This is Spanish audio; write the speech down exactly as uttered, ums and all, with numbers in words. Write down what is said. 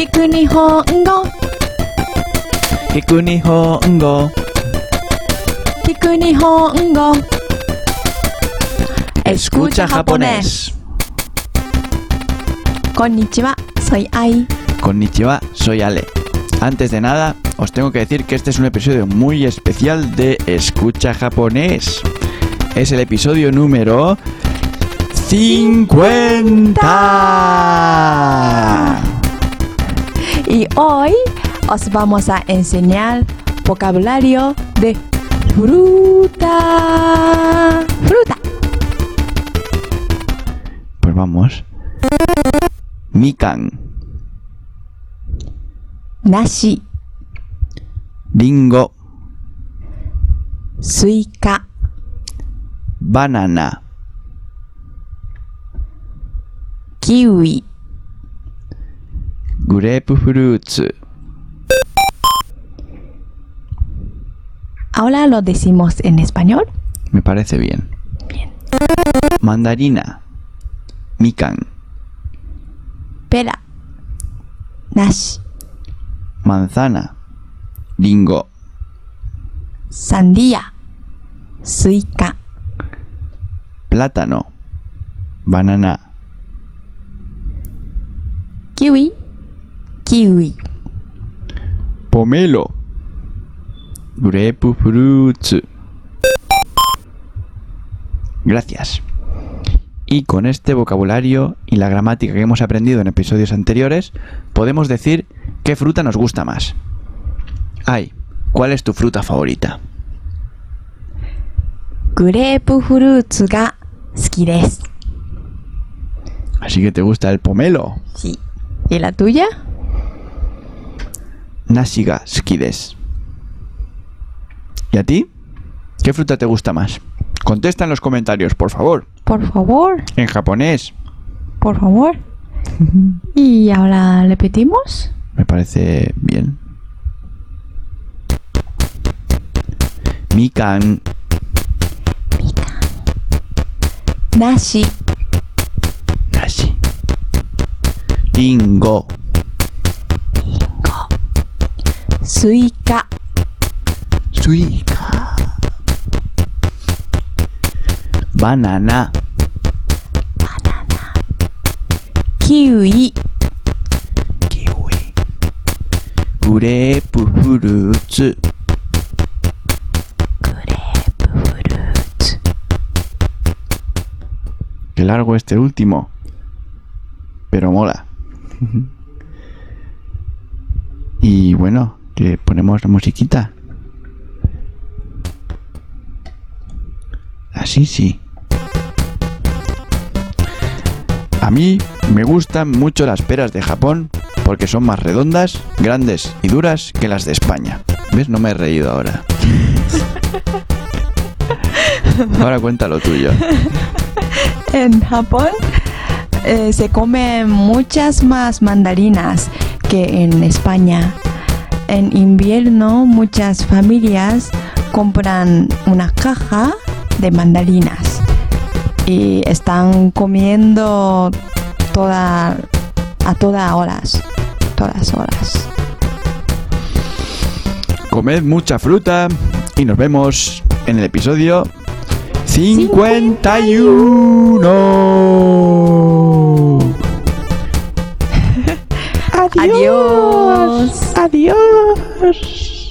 聞く日本語聞く日本語聞く日本語 Escucha japonés. Konnichiwa, soy Ai. Konnichiwa, soy Ale. Antes de nada, os tengo que decir que este es un episodio muy especial de Escucha japonés. Es el episodio número cincuenta. Y hoy os vamos a enseñar vocabulario de fruta. Fruta. Pues vamos. Mikan, Nashi, Ringo, Suica, Banana, Kiwi, Grapefruits. ¿Ahora lo decimos en español? Me parece bien. Bien. Mandarina, Mikan, Pera, Nashi, manzana, Ringo, Sandía, Suica, plátano, banana, Kiwi, Kiwi, pomelo, grapefruits. Gracias. Y con este vocabulario y la gramática que hemos aprendido en episodios anteriores, podemos decir qué fruta nos gusta más. Ai, ¿cuál es tu fruta favorita? Grapefruits ga suki desu. Así que te gusta el pomelo. Sí. ¿Y la tuya? Nashi ga suki desu. ¿Y a ti? ¿Qué fruta te gusta más? Contesta en los comentarios, por favor. Por favor, En japonés. por favor. ¿Y ahora repetimos? Me parece bien. Mikan, Nashi, nashi. Ringo, Suica, suica. Banana, Kiwi, kiwi. Grapefruits. Grapefruit. Qué largo este último. Pero mola. Y bueno, que ponemos la musiquita. Así sí. A mí me gustan mucho las peras de Japón porque son más redondas, grandes y duras que las de España. ¿Ves? No me he reído ahora. Ahora cuenta lo tuyo. En Japón eh, se comen muchas más mandarinas que en España. En invierno muchas familias compran una caja de mandarinas y están comiendo toda, a todas horas, todas horas. Comed mucha fruta y nos vemos en el episodio cincuenta y uno. Adiós. Adiós.